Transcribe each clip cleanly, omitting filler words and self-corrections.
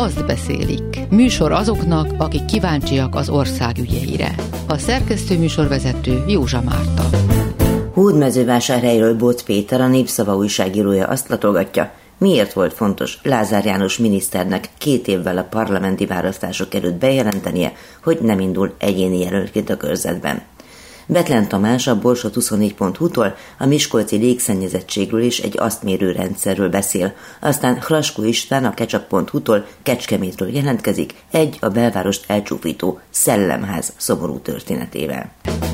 azt beszélik. Műsor azoknak, akik kíváncsiak az ország ügyeire. A szerkesztő műsorvezető Józsa Márta. Hódmezővásárhelyről Bot Péter, a Népszava újságírója azt latolgatja, miért volt fontos Lázár János miniszternek 2 évvel a parlamenti választások előtt bejelentenie, hogy nem indul egyéni jelöltként a körzetben. Bethlen Tamás a Borsot24.hu-tól a miskolci légszennyezettségről és egy azt mérő rendszerről beszél, aztán Hlaskó István a Kecsak.hu-tól Kecskemétről jelentkezik egy a belvárost elcsúfító szellemház szomorú történetével.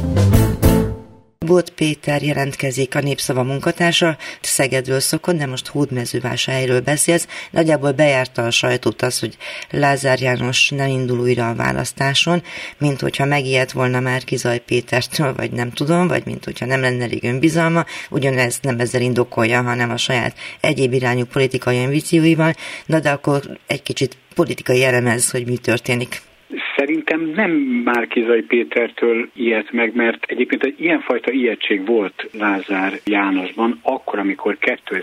Bot Péter jelentkezik, a Népszava munkatársa, Szegedről szokott, de most Hódmezővásárhelyről beszélsz. Nagyjából bejárta a sajtót az, hogy Lázár János nem indul újra a választáson, mint hogyha megijedt volna Márki-Zay Pétertől, vagy nem tudom, vagy mint hogyha nem lenne elég önbizalma, ugyanez nem ezzel indokolja, hanem a saját egyéb irányú politikai ambícióival. Na de akkor egy kicsit politikai elemez, hogy mi történik. Szerintem nem Márki-Zay Pétertől ijedt meg, mert egyébként egy ilyenfajta ijegység volt Lázár Jánosban, akkor, amikor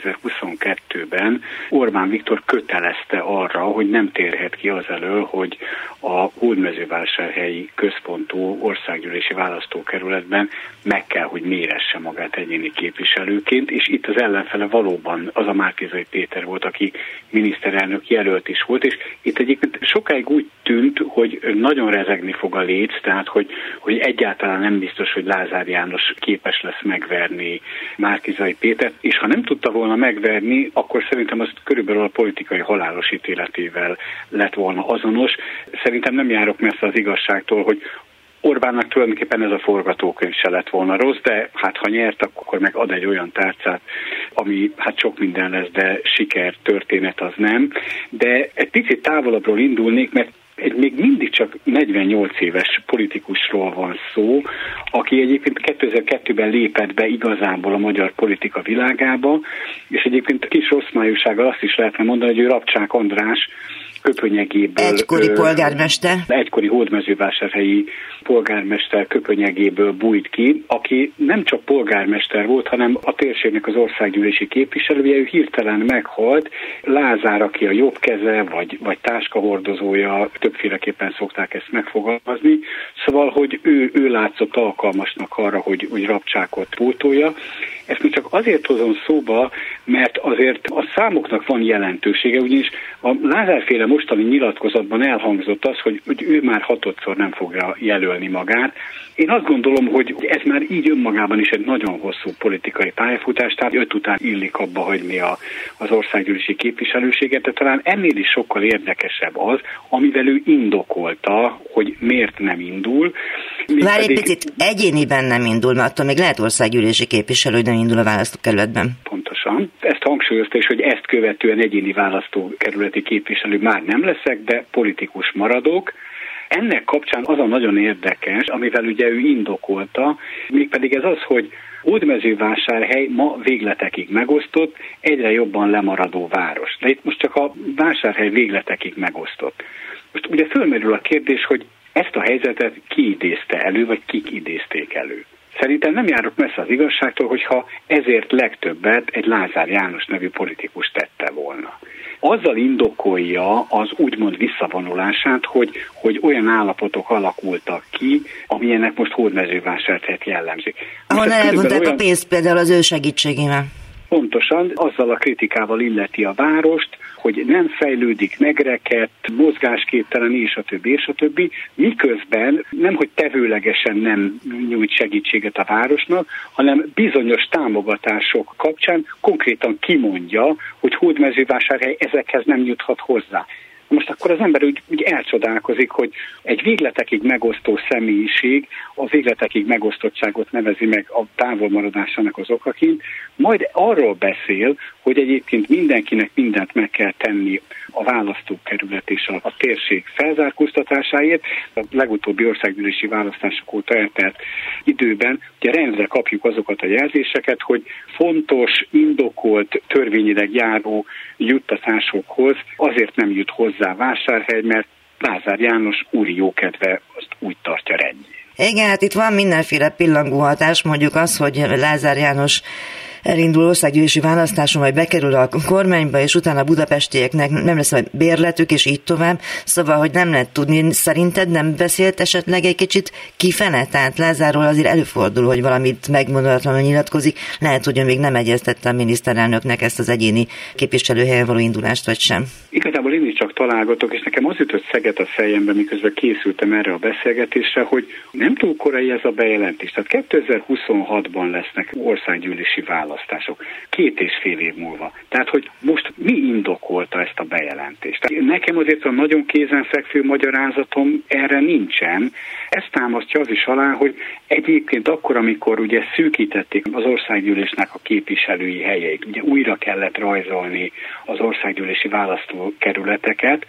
2022-ben Orbán Viktor kötelezte arra, hogy nem térhet ki az elől, hogy a Hódmezővásárhelyi központú országgyűlési választókerületben meg kell, hogy méresse magát egyéni képviselőként, és itt az ellenfele valóban az a Márki-Zay Péter volt, aki miniszterelnök jelölt is volt, és itt egyébként sokáig úgy tűnt, hogy nagyon rezegni fog a léc, tehát hogy egyáltalán nem biztos, hogy Lázár János képes lesz megverni Márki-Zay Pétert, és ha nem tudta volna megverni, akkor szerintem azt körülbelül a politikai halálos ítéletével lett volna azonos. Szerintem nem járok messze az igazságtól, hogy Orbánnak tulajdonképpen ez a forgatókönyv se lett volna rossz, de hát ha nyert, akkor meg ad egy olyan tárcát, ami hát sok minden lesz, de sikertörténet az nem. De egy picit távolabbról indulnék, mert egy még mindig csak 48 éves politikusról van szó, aki egyébként 2002-ben lépett be igazából a magyar politika világába, és egyébként kis rossz májúsággal azt is lehetne mondani, hogy ő Rabcsák András köpönyegéből... Egykori polgármester. Egykori hódmezővásárhelyi polgármester köpönyegéből bújt ki, aki nem csak polgármester volt, hanem a térségnek az országgyűlési képviselője, ő hirtelen meghalt. Lázár, aki a jobb keze, vagy táskahordozója, többféleképpen szokták ezt megfogalmazni. Szóval, hogy ő látszott alkalmasnak arra, hogy Rabcsákot pótolja. Ezt még csak azért hozom szóba, mert azért a számoknak van jelentősége, ugyanis a Lázár-féle mostani nyilatkozatban elhangzott az, hogy ő már 6-szor nem fogja jelölni magát. Én azt gondolom, hogy ez már így önmagában is egy nagyon hosszú politikai pályafutás, tehát 5 után illik abba hagyni az országgyűlési képviselőséget, de talán ennél is sokkal érdekesebb az, amivel ő indokolta, hogy miért nem indul. Várj egy picit, egyéniben nem indul, mert attól még lehet országgyűlési képviselő, hogy nem indul a választókerületben. Pontosan. Ezt hangsúlyozta is, hogy ezt követően egyéni választókerületi képviselő már nem leszek, de politikus maradok. Ennek kapcsán az a nagyon érdekes, amivel ugye ő indokolta, mégpedig ez az, hogy Hódmezővásárhely ma végletekig megosztott, egyre jobban lemaradó város. De itt most csak a vásárhely végletekig megosztott. Most ugye fölmerül a kérdés, hogy ezt a helyzetet ki idézte elő, vagy kik idézték elő. Szerintem nem járok messze az igazságtól, hogyha ezért legtöbbet egy Lázár János nevű politikus tette volna. Azzal indokolja az úgymond visszavonulását, hogy olyan állapotok alakultak ki, amilyenek most Hódmezővásárhelyet jellemzik. Ahol elvonták a pénzt például az ő segítségével. Pontosan, azzal a kritikával illeti a várost, hogy nem fejlődik, megrekedt, mozgásképtelen, és a többi, miközben nem, hogy tevőlegesen nem nyújt segítséget a városnak, hanem bizonyos támogatások kapcsán konkrétan kimondja, hogy Hódmezővásárhely ezekhez nem juthat hozzá. Most akkor az ember úgy elcsodálkozik, hogy egy végletekig megosztó személyiség a végletekig megosztottságot nevezi meg a távolmaradásának az okaként, majd arról beszél, hogy egyébként mindenkinek mindent meg kell tenni a választókerület és a térség felzárkóztatásáért. A legutóbbi országgyűlési választások óta eltelt időben ugye rendre kapjuk azokat a jelzéseket, hogy fontos, indokolt, törvényileg járó juttatásokhoz azért nem jut hozzá Vásárhely, mert Lázár János úri jókedve azt úgy tartja rendjén. Igen, hát itt van mindenféle pillangóhatás, mondjuk az, hogy Lázár János elindul országgyűlési választáson, majd bekerül a kormányba, és utána a budapestieknek nem lesz majd bérletük, és így tovább. Szóval, hogy nem lehet tudni, szerinted nem beszélt esetleg egy kicsit kifele? Tehát Lázárról azért előfordul, hogy valamit megmondatlanul nyilatkozik. Lehet, hogy még nem egyeztette a miniszterelnöknek ezt az egyéni képviselőhelyen való indulást, vagy sem. Igazából én is csak találgatok, és nekem az jutott szeget a fejembe, miközben készültem erre a beszélgetésre, hogy nem túl korai ez a bejelentés. Tehát 2026-ban lesznek országgyűlési választások. 2,5 év múlva. Tehát, hogy most mi indokolta ezt a bejelentést? Tehát nekem azért a nagyon kézenfekvő magyarázatom erre nincsen. Ezt támasztja az is alá, hogy egyébként akkor, amikor ugye szűkítették az országgyűlésnek a képviselői helyeit, ugye újra kellett rajzolni az országgyűlési választókerületeket,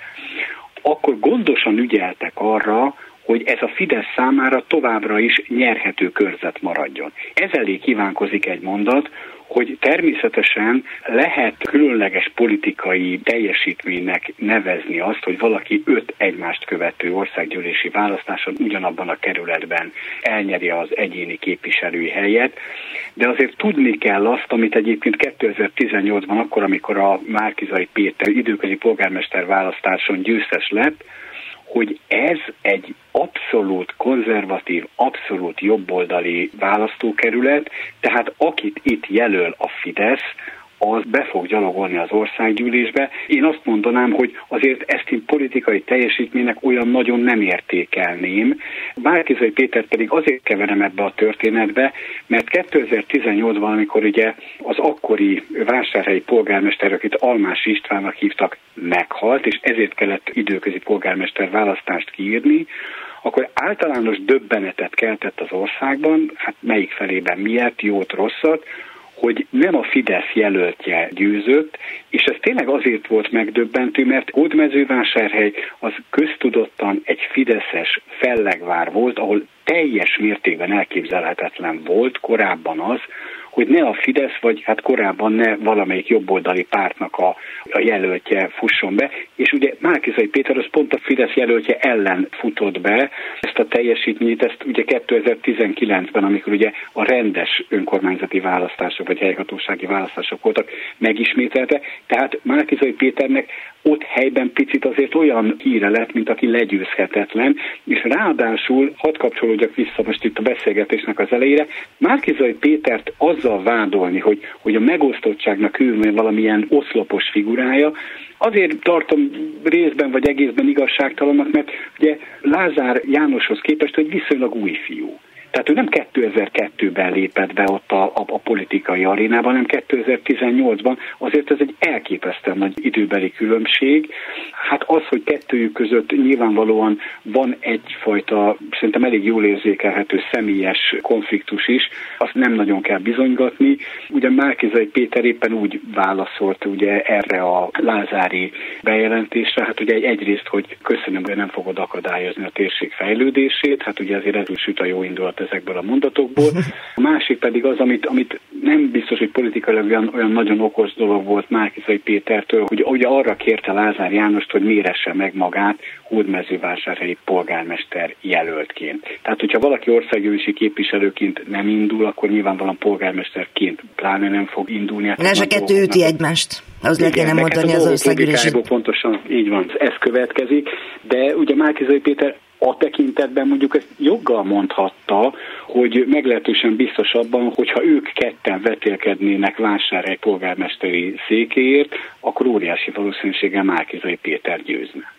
akkor gondosan ügyeltek arra, hogy ez a Fidesz számára továbbra is nyerhető körzet maradjon. Ez elé kívánkozik egy mondat, hogy természetesen lehet különleges politikai teljesítménynek nevezni azt, hogy valaki 5 egymást követő országgyűlési választáson ugyanabban a kerületben elnyeri az egyéni képviselői helyet, de azért tudni kell azt, amit egyébként 2018-ban, akkor, amikor a Márki-Zay Péter időközi polgármester választáson győztes lett, hogy ez egy abszolút konzervatív, abszolút jobboldali választókerület, tehát akit itt jelöl a Fidesz, az be fog gyalogolni az országgyűlésbe. Én azt mondanám, hogy azért ezt én politikai teljesítménynek olyan nagyon nem értékelném. Márki-Zay Pétert pedig azért keverem ebbe a történetbe, mert 2018-ban, amikor ugye az akkori vásárhelyi polgármester, akit Almási Istvánnak hívtak, meghalt, és ezért kellett időközi polgármester választást kiírni, akkor általános döbbenetet keltett az országban, hát melyik felében miért, jót, rosszat, hogy nem a Fidesz jelöltje győzött, és ez tényleg azért volt megdöbbentő, mert Hódmezővásárhely az köztudottan egy fideszes fellegvár volt, ahol teljes mértékben elképzelhetetlen volt korábban az, hogy ne a Fidesz, vagy hát korábban ne valamelyik jobboldali pártnak a jelöltje fusson be, és ugye Márki-Zay Péter az pont a Fidesz jelöltje ellen futott be, ezt a teljesítményt, ezt ugye 2019-ben, amikor ugye a rendes önkormányzati választások, vagy helyhatósági választások voltak, megismételte, tehát Márki-Zay Péternek ott helyben picit azért olyan híre lett, mint aki legyőzhetetlen, és ráadásul, hadd kapcsolódjak vissza most itt a beszélgetésnek az elejére, Márki-Zay Pétert azzal vádolni, hogy a megosztottságnak ő valamilyen oszlopos figurája, azért tartom részben vagy egészben igazságtalannak, mert ugye Lázár Jánoshoz képest egy viszonylag új fiú. Tehát ő nem 2002-ben lépett be ott a politikai arénában, hanem 2018-ban, azért ez egy elképesztően nagy időbeli különbség. Hát az, hogy kettőjük között nyilvánvalóan van egyfajta, szerintem elég jól érzékelhető személyes konfliktus is, azt nem nagyon kell bizonygatni. Ugye Márki-Zay Péter éppen úgy válaszolt ugye erre a lázári bejelentésre, hát ugye egyrészt, hogy köszönöm, hogy nem fogod akadályozni a térség fejlődését, hát ugye azért ez süt a jó indulat ezekből a mondatokból. A másik pedig az, amit nem biztos, hogy politikailag olyan nagyon okos dolog volt Márki-Zay Pétertől, hogy ugye arra kérte Lázár Jánost, hogy méresse meg magát hódmezővásárhelyi polgármester jelöltként. Tehát, hogyha valaki országgyűlési képviselőként nem indul, akkor nyilvánvalóan polgármesterként pláne nem fog indulni. Ne se kettő üti egymást. Az le kéne mondani az országgyűlési. Pontosan így van, ez következik, de ugye Márki-Zay Péter a tekintetben mondjuk ezt joggal mondhatta, hogy meglehetősen biztos abban, hogyha ők ketten vetélkednének Vásárhely polgármesteri székéért, akkor óriási valószínűséggel Márki-Zay Péter győzne.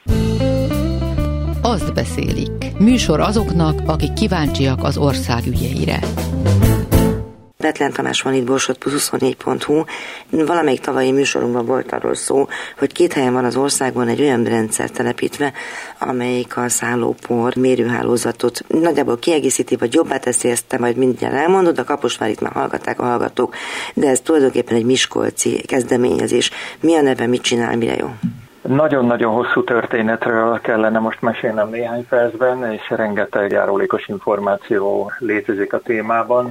Azt beszélik. Műsor azoknak, akik kíváncsiak az ország ügyeire. Betlen Tamás van itt, borsod24.hu. Valamelyik tavalyi műsorunkban volt arról szó, hogy 2 helyen van az országban egy olyan rendszer telepítve, amelyik a szállópor mérőhálózatot nagyjából kiegészíti, vagy jobbá teszi, ezt te majd mindjárt elmondod, a Kaposvárit már hallgatták a hallgatók, de ez tulajdonképpen egy miskolci kezdeményezés. Mi a neve, mit csinál, mire jó? Nagyon-nagyon hosszú történetről kellene most mesélnem néhány percben, és rengeteg járulékos információ létezik a témában.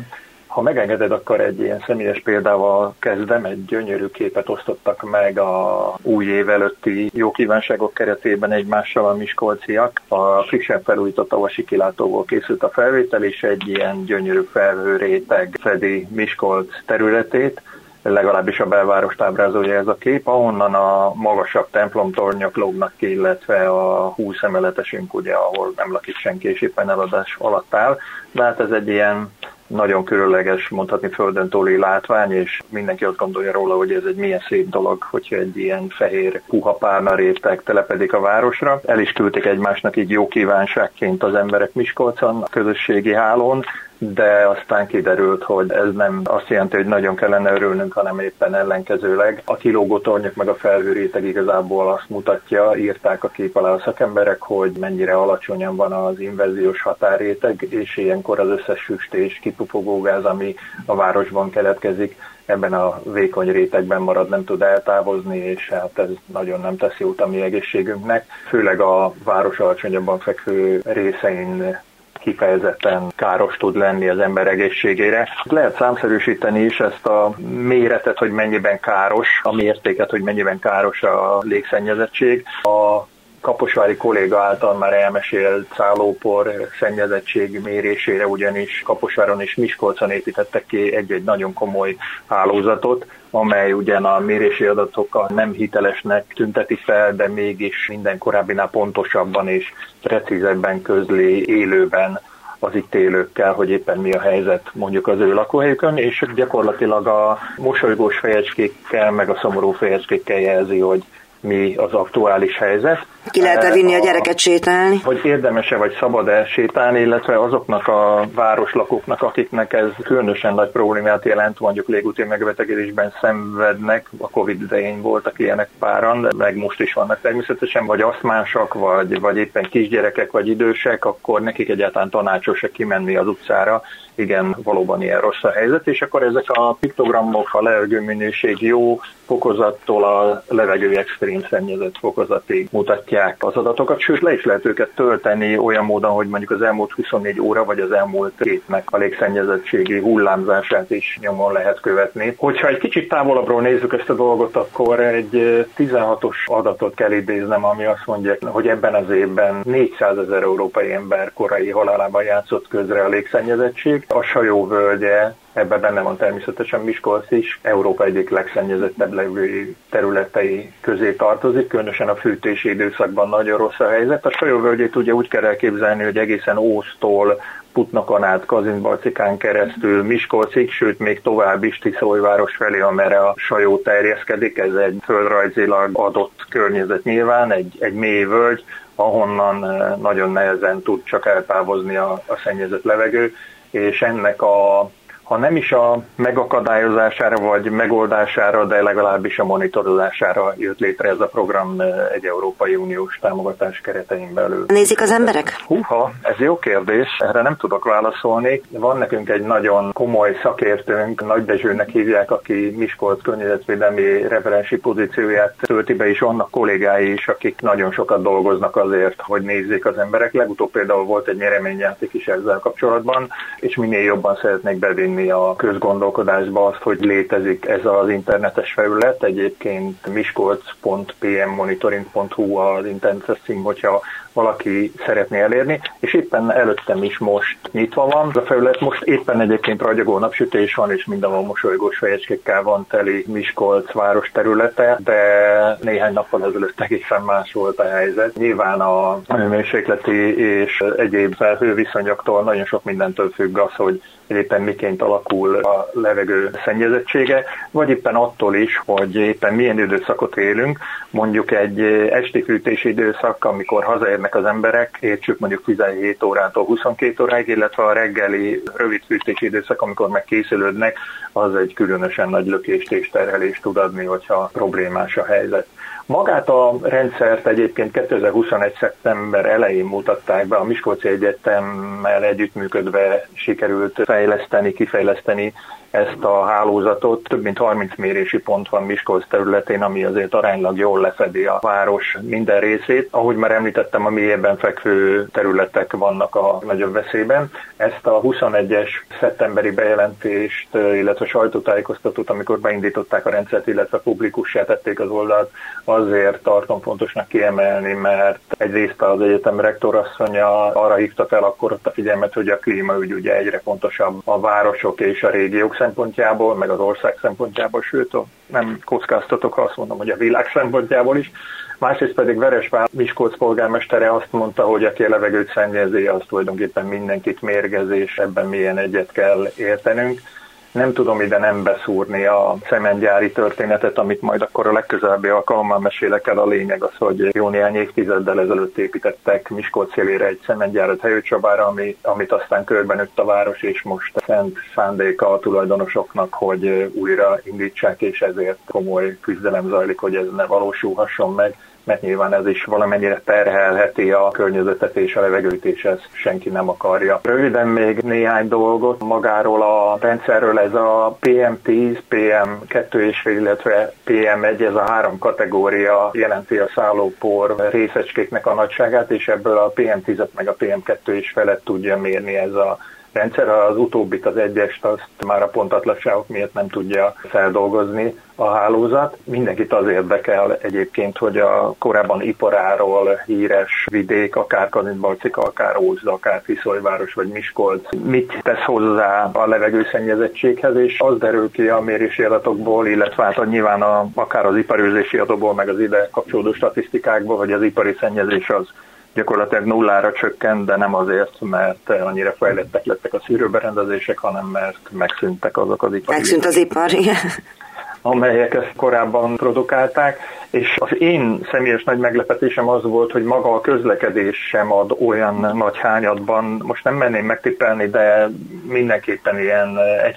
Ha megengeded, akkor egy ilyen személyes példával kezdem. Egy gyönyörű képet osztottak meg a új év előtti jó kívánságok keretében egymással a miskolciak. A frissen felújított tavasi kilátóból készült a felvétel, és egy ilyen gyönyörű felhőréteg fedi Miskolc területét, legalábbis a belvárost ábrázolja ez a kép, ahonnan a magasabb templomtornyok lógnak ki, illetve a 20 emeletesünk, ugye, ahol nem lakik senki, és éppen eladás alatt áll. De hát ez egy ilyen nagyon különleges, mondhatni földön túli látvány, és mindenki azt gondolja róla, hogy ez egy milyen szép dolog, hogyha egy ilyen fehér puha párna réteg telepedik a városra. El is küldték egymásnak így jó kívánságként az emberek Miskolcon, a közösségi hálón, de aztán kiderült, hogy ez nem azt jelenti, hogy nagyon kellene örülnünk, hanem éppen ellenkezőleg. A kilógó tornyok meg a felhőréteg igazából azt mutatja, írták a kép alá a szakemberek, hogy mennyire alacsonyan van az inverziós határréteg, és ilyenkor az összes füstés, kipufogógáz, ami a városban keletkezik, ebben a vékony rétegben marad, nem tud eltávozni, és hát ez nagyon nem tesz jót a mi egészségünknek. Főleg a város alacsonyabban fekvő részein kifejezetten káros tud lenni az ember egészségére. Lehet számszerűsíteni is ezt a méretet, hogy mennyiben káros, a mértéket, hogy mennyiben káros a légszennyezettség. A kaposvári kolléga által már elmesélt szállópor szennyezettség mérésére, ugyanis Kaposváron és Miskolcon építettek ki egy nagyon komoly hálózatot, amely ugyan a mérési adatokat nem hitelesnek tünteti fel, de mégis minden korábbinál pontosabban és precízebben közli élőben az itt élőkkel, hogy éppen mi a helyzet mondjuk az ő lakóhelyükön, és gyakorlatilag a mosolygós fejecskékkel, meg a szomorú fejecskékkel jelzi, hogy mi az aktuális helyzet. Ki lehet-e vinni a gyereket sétálni? Hogy érdemes-e vagy szabad-e sétálni, illetve azoknak a városlakóknak, akiknek ez különösen nagy problémát jelent, mondjuk légúti megbetegedésben szenvednek, a Covid idején voltak ilyenek páran, meg most is vannak természetesen, vagy asztmásak, vagy éppen kisgyerekek, vagy idősek, akkor nekik egyáltalán tanácsos-e kimenni az utcára. Igen, valóban ilyen rossz a helyzet, és akkor ezek a piktogramok, a levegőminőség jó fokozattól a levegő extrém szennyezett fokozatig mutatják az adatokat, sőt le is lehet őket tölteni olyan módon, hogy mondjuk az elmúlt 24 óra vagy az elmúlt hétnek a légszennyezettségi hullámzását is nyomon lehet követni. Hogyha egy kicsit távolabbról nézzük ezt a dolgot, akkor egy 16-os adatot kell idéznem, ami azt mondja, hogy ebben az évben 400 000 európai ember korai halálában játszott közre a légszennyezettség. A Sajó völgye, ebben benne van természetesen Miskolc is, Európa egyik legszennyezettebb levő területei közé tartozik, különösen a fűtési időszakban nagyon rossz a helyzet. A Sajó völgyét ugye úgy kell elképzelni, hogy egészen Ósztól Putnakon át, Kazincbarcikán keresztül Miskolcig, sőt még tovább is Tiszaújváros felé, amerre a Sajó terjeszkedik. Ez egy földrajzilag adott környezet nyilván, egy mély völgy, ahonnan nagyon nehezen tud csak eltávozni a szennyezett levegő, és ennek ha nem is a megakadályozására vagy megoldására, de legalábbis a monitorozására jött létre ez a program egy Európai Uniós támogatás keretein belül. Nézik az emberek? Húha, ez jó kérdés, erre nem tudok válaszolni. Van nekünk egy nagyon komoly szakértőnk, Nagy Dezsőnek hívják, aki Miskolc környezetvédelmi referensi pozícióját tölti be, és vannak kollégái is, akik nagyon sokat dolgoznak azért, hogy nézzék az emberek. Legutóbb például volt egy nyereményjáték is ezzel kapcsolatban, és minél jobban szeretnék bevinni a közgondolkodásba azt, hogy létezik ez az internetes felület. Egyébként miskolc.pmmonitoring.hu az internetes cím, hogyha valaki szeretné elérni, és éppen előttem is most nyitva van. A felület most éppen egyébként ragyogó napsütés van, és mindenhol mosolygós fejecskékkel van teli Miskolc város területe, de néhány nappal ezelőtt egészen más volt a helyzet. Nyilván a hőmérsékleti és egyéb felhőviszonyoktól nagyon sok mindentől függ az, hogy éppen miként alakul a levegő szennyezettsége, vagy éppen attól is, hogy éppen milyen időszakot élünk, mondjuk egy esti fűtési időszak, amikor hazaérnek az emberek, értsük mondjuk 17 órától 22 óráig, illetve a reggeli rövid fűtési időszak, amikor megkészülődnek, az egy különösen nagy lökést és terhelést tud adni, hogyha problémás a helyzet. Magát a rendszert egyébként 2021. szeptember elején mutatták be, a Miskolci Egyetemmel együttműködve sikerült kifejleszteni ezt a hálózatot. Több mint 30 mérési pont van Miskolc területén, ami azért aránylag jól lefedi a város minden részét. Ahogy már említettem, a mélyebben fekvő területek vannak a nagyobb veszélyben. Ezt a 21-es szeptemberi bejelentést, illetve sajtótájékoztatót, amikor beindították a rendszert, illetve publikussá tették az oldalt, azért tartom fontosnak kiemelni, mert egyrészt az egyetem rektorasszonya arra hívta fel akkor ott a figyelmet, hogy a klímaügy ugye egyre fontosabb a városok és a régiók szempontjából, meg az ország szempontjából, sőt, nem kockáztatok, ha azt mondom, hogy a világ szempontjából is. Másrészt pedig Veresvár Miskolc polgármestere azt mondta, hogy aki a levegőt szennyezi, az tulajdonképpen mindenkit mérgez, és ebben milyen egyet kell értenünk. Nem tudom ide nem beszúrni a cementgyári történetet, amit majd akkor a legközelebbi alkalommal mesélek el. A lényeg az, hogy jó néhány évtizeddel ezelőtt építettek Miskolc szélére egy cementgyárat Helyőcsabára, amit aztán körbenőtt a város, és most szent szándéka a tulajdonosoknak, hogy újra indítsák, és ezért komoly küzdelem zajlik, hogy ez ne valósulhasson meg, mert nyilván ez is valamennyire terhelheti a környezetet és a levegőt, és ezt senki nem akarja. Röviden még néhány dolgot magáról a rendszerről. Ez a PM10, PM2,5, illetve PM1, ez a 3 kategória jelenti a szállópor részecskéknek a nagyságát, és ebből a PM10-et meg a PM2 is felett tudja mérni ez a rendszer. Az utóbbit, az egyest, azt már a pontatlanságok miatt nem tudja feldolgozni a hálózat. Mindenkit az érdekel egyébként, hogy a korábban iparáról híres vidék, akár Kazincbarcika, akár Ózda, akár Tiszolyváros vagy Miskolc mit tesz hozzá a levegőszennyezettséghez, és az derül ki a mérési adatokból, illetve hát nyilván akár az iparőrzési adatokból, meg az ide kapcsolódó statisztikákból, hogy az ipari szennyezés az gyakorlatilag nullára csökkent, de nem azért, mert annyira fejlettek lettek a szűrőberendezések, hanem mert megszűntek azok az ipari. Megszűnt az ipar, igen. Amelyek ezt korábban produkálták, és az én személyes nagy meglepetésem az volt, hogy maga a közlekedés sem ad olyan nagy hányadban, most nem menném megtippelni, de mindenképpen ilyen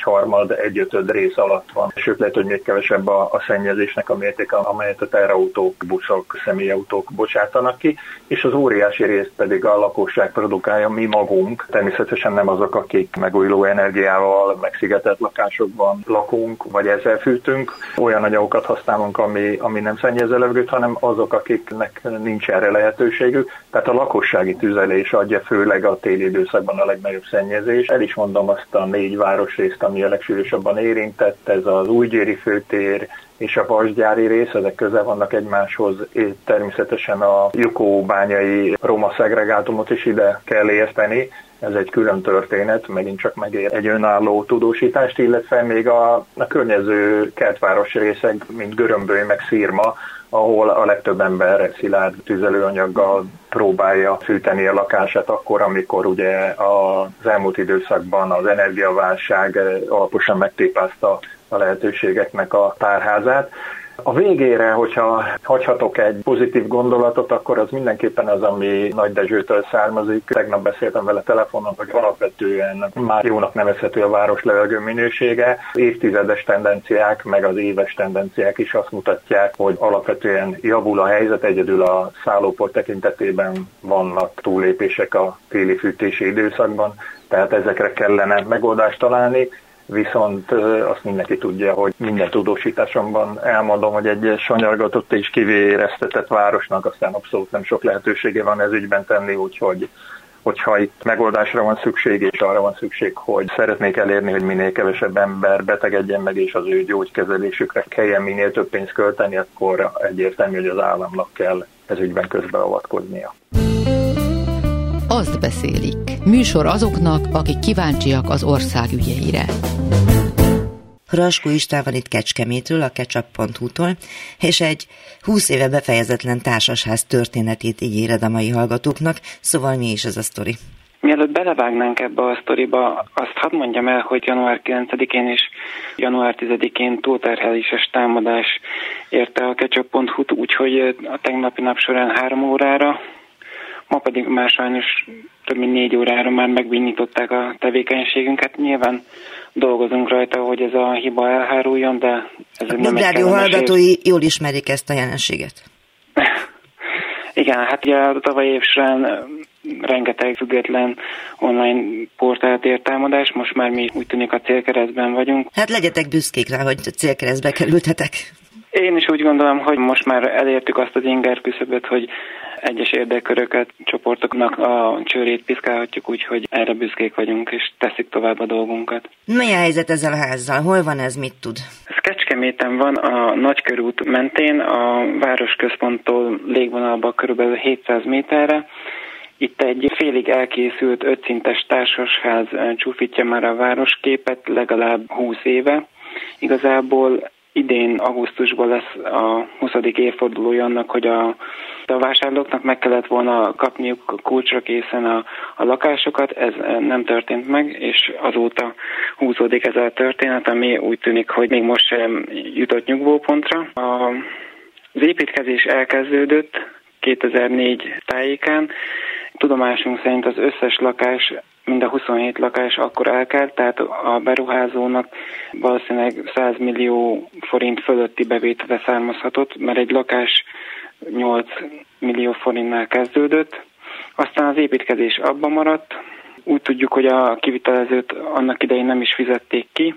1/3-1/5 rész alatt van. Sőt, lehet, hogy még kevesebb a szennyezésnek a mértéke, amelyet a teherautók, buszok, személyautók bocsátanak ki, és az óriási részt pedig a lakosság produkálja, mi magunk. Természetesen nem azok, akik megújuló energiával, megszigetelt lakásokban lakunk, vagy ezzel fűtünk, olyan anyagokat használunk, ami nem szennyez a levegőt, hanem azok, akiknek nincs erre lehetőségük. Tehát a lakossági tüzelés adja főleg a téli időszakban a legnagyobb szennyezés. El is mondom azt a 4 városrészt, ami a legsúlyosabban érintett, ez az Újgyőri főtér és a Vasgyári rész, ezek közel vannak egymáshoz, és természetesen a Jukó-bányai roma szegregátumot is ide kell érteni. Ez egy külön történet, megint csak megér egy önálló tudósítást, illetve még a környező kertváros részek, mint Görömböly meg Szirma, ahol a legtöbb ember szilárd tüzelőanyaggal próbálja fűteni a lakását akkor, amikor ugye az elmúlt időszakban az energiaválság alaposan megtépázta a lehetőségeknek a tárházát. A végére, hogyha hagyhatok egy pozitív gondolatot, akkor az mindenképpen az, ami Nagy Dezsőtől származik. Tegnap beszéltem vele telefonon, hogy alapvetően már jónak nevezhető a város levegő minősége. Évtizedes tendenciák, meg az éves tendenciák is azt mutatják, hogy alapvetően javul a helyzet, egyedül a szállópor tekintetében vannak túllépések a téli fűtési időszakban, tehát ezekre kellene megoldást találni. Viszont azt mindenki tudja, hogy minden tudósításomban elmondom, hogy egy sanyargatott és kivéreztetett városnak aztán abszolút nem sok lehetősége van ez ügyben tenni, úgyhogy hogyha itt megoldásra van szükség, és arra van szükség, hogy szeretnék elérni, hogy minél kevesebb ember betegedjen meg, és az ő gyógykezelésükre kelljen minél több pénzt költeni, akkor egyértelmű, hogy az államnak kell ez ügyben közbeavatkoznia. Azt beszélik. Műsor azoknak, akik kíváncsiak az ország ügyeire. Raskó István van itt Kecskemétről, a ketchup.hu-tól, és egy 20 éve befejezetlen társasház történetét ígéred a mai hallgatóknak, szóval mi is ez a sztori? Mielőtt belevágnánk ebbe a sztoriba, azt hadd mondjam el, hogy január 9-én és január 10-én túlterheléses támadás érte a ketchup.hu-t, úgyhogy a tegnapi nap során 3 órára, ma pedig már sajnos több mint 4 órára már megvinnították a tevékenységünket. Nyilván dolgozunk rajta, hogy ez a hiba elháruljon, de ez nem egy Klubrádió hallgatói jól ismerik ezt a jelenséget. Igen, hát ugye a tavalyi év során rengeteg független online portált ért támadás, most már mi úgy tűnik a célkeresztben vagyunk. Hát legyetek büszkék rá, hogy célkeresztbe kerültetek. Én is úgy gondolom, hogy most már elértük azt az inger küszöböt, hogy egyes érdekköröket, csoportoknak a csőrét piszkálhatjuk, úgyhogy erre büszkék vagyunk, és teszik tovább a dolgunkat. Mi a helyzet ezzel a házzal? Hol van ez, mit tud? Ez Kecskeméten van, a Nagykörút mentén, a városközponttól légvonalba körülbelül 700 méterre. Itt egy félig elkészült 5 szintes társasház csúfítja már a városképet legalább 20 éve. Igazából idén augusztusban lesz a 20. évfordulója annak, hogy a vásárlóknak meg kellett volna kapniuk kulcsra készen a lakásokat, ez nem történt meg, és azóta húzódik ez a történet, ami úgy tűnik, hogy még most sem jutott nyugvópontra. Az építkezés elkezdődött 2004 tájékán. Tudomásunk szerint az összes lakás, mind a 27 lakás akkor elkelt, tehát a beruházónak valószínűleg 100 millió forint fölötti bevétele származhatott, mert egy lakás 8 millió forintnál kezdődött. Aztán az építkezés abba maradt. Úgy tudjuk, hogy a kivitelezőt annak idején nem is fizették ki.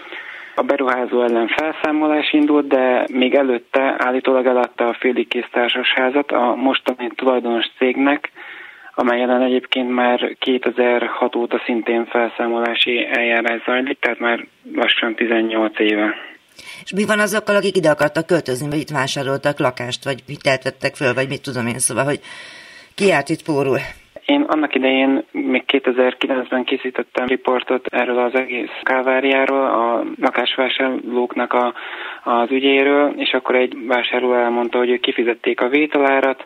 A beruházó ellen felszámolás indult, de még előtte állítólag eladta a félig kész társasházat a mostani tulajdonos cégnek, amelyen egyébként már 2006 óta szintén felszámolási eljárás zajlik, tehát már lassan 18 éve. És mi van azokkal, akik ide akartak költözni, vagy itt vásároltak lakást, vagy hitelt vettek föl, vagy mit tudom én, szóval, hogy ki járt itt pórul? Én annak idején még 2009-ben készítettem riportot erről az egész káváriáról, a lakásvásárlóknak az ügyéről, és akkor egy vásárló elmondta, hogy ők kifizették a vételárat,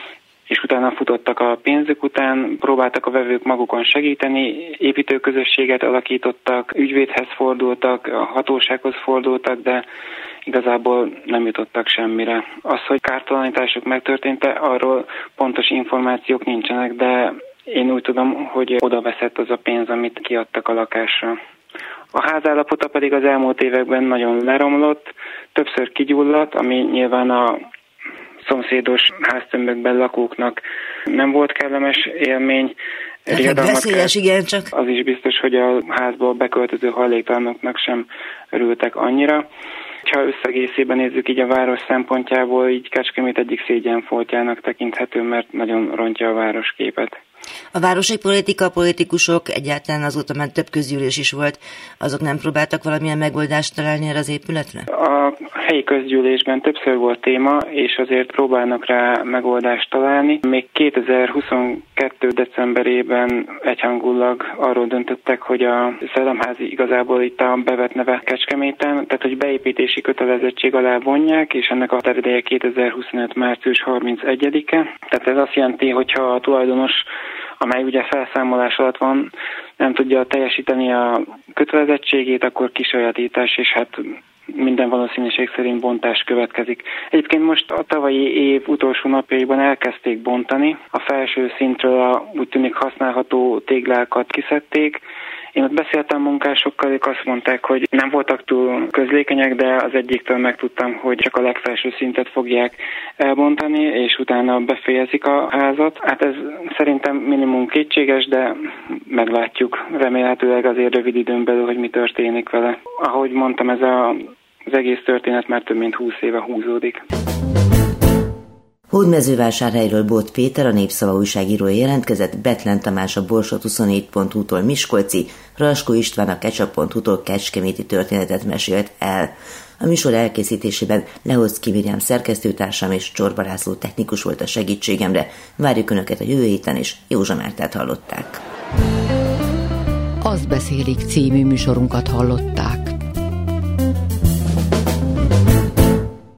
és utána futottak a pénzük után, próbáltak a vevők magukon segíteni, építőközösséget alakítottak, ügyvédhez fordultak, a hatósághoz fordultak, de igazából nem jutottak semmire. Az, hogy kártalanítások megtörtént-e, arról pontos információk nincsenek, de én úgy tudom, hogy oda veszett az a pénz, amit kiadtak a lakásra. A házállapota pedig az elmúlt években nagyon leromlott, többször kigyulladt, ami nyilván a szomszédos háztömbökben lakóknak nem volt kellemes élmény. Veszélyes, igen, csak. Az is biztos, hogy a házból beköltöző hajléktalanoknak sem örültek annyira. Ha összegészében nézzük így a város szempontjából, így Kecskemét egyik szégyenfoltjának tekinthető, mert nagyon rontja a városképet. A városi politikusok, egyáltalán azóta már több közgyűlés is volt, azok nem próbáltak valamilyen megoldást találni erre az épületre? A helyi közgyűlésben többször volt téma, és azért próbálnak rá megoldást találni. Még 2022. decemberében egyhangulag arról döntöttek, hogy a Szellemházi igazából itt a bevett neve Kecskeméten, tehát hogy beépítési kötelezettség alá vonják, és ennek a határideje 2025. március 31-e. Tehát ez azt jelenti, hogyha a tulajdonos, amely ugye felszámolás alatt van, nem tudja teljesíteni a kötelezettségét, akkor kisajátítás, és hát minden valószínűség szerint bontás következik. Egyébként most a tavalyi év utolsó napjaiban elkezdték bontani. A felső szintről úgy tűnik használható téglákat kiszedték. Én ott beszéltem munkásokkal, ők azt mondták, hogy nem voltak túl közlékenyek, de az egyiktől megtudtam, hogy csak a legfelső szintet fogják elbontani, és utána befejezik a házat. Hát ez szerintem minimum kétséges, de meglátjuk remélhetőleg azért rövid időn belül, hogy mi történik vele. Ahogy mondtam, ez az egész történet már több mint 20 éve húzódik. Hódmezővásárhelyről Bót Péter, a Népszava újságírója jelentkezett, Betlen Tamás a Borsot24.hu-tól miskolci, Raskó István a Ketchup.hu-tól kecskeméti történetet mesélt el. A műsor elkészítésében Lehoczky Miriam szerkesztőtársam és Csorba László technikus volt a segítségemre. Várjuk Önöket a jövő héten, és Józsa Mártát hallották. Azt beszélik című műsorunkat hallották.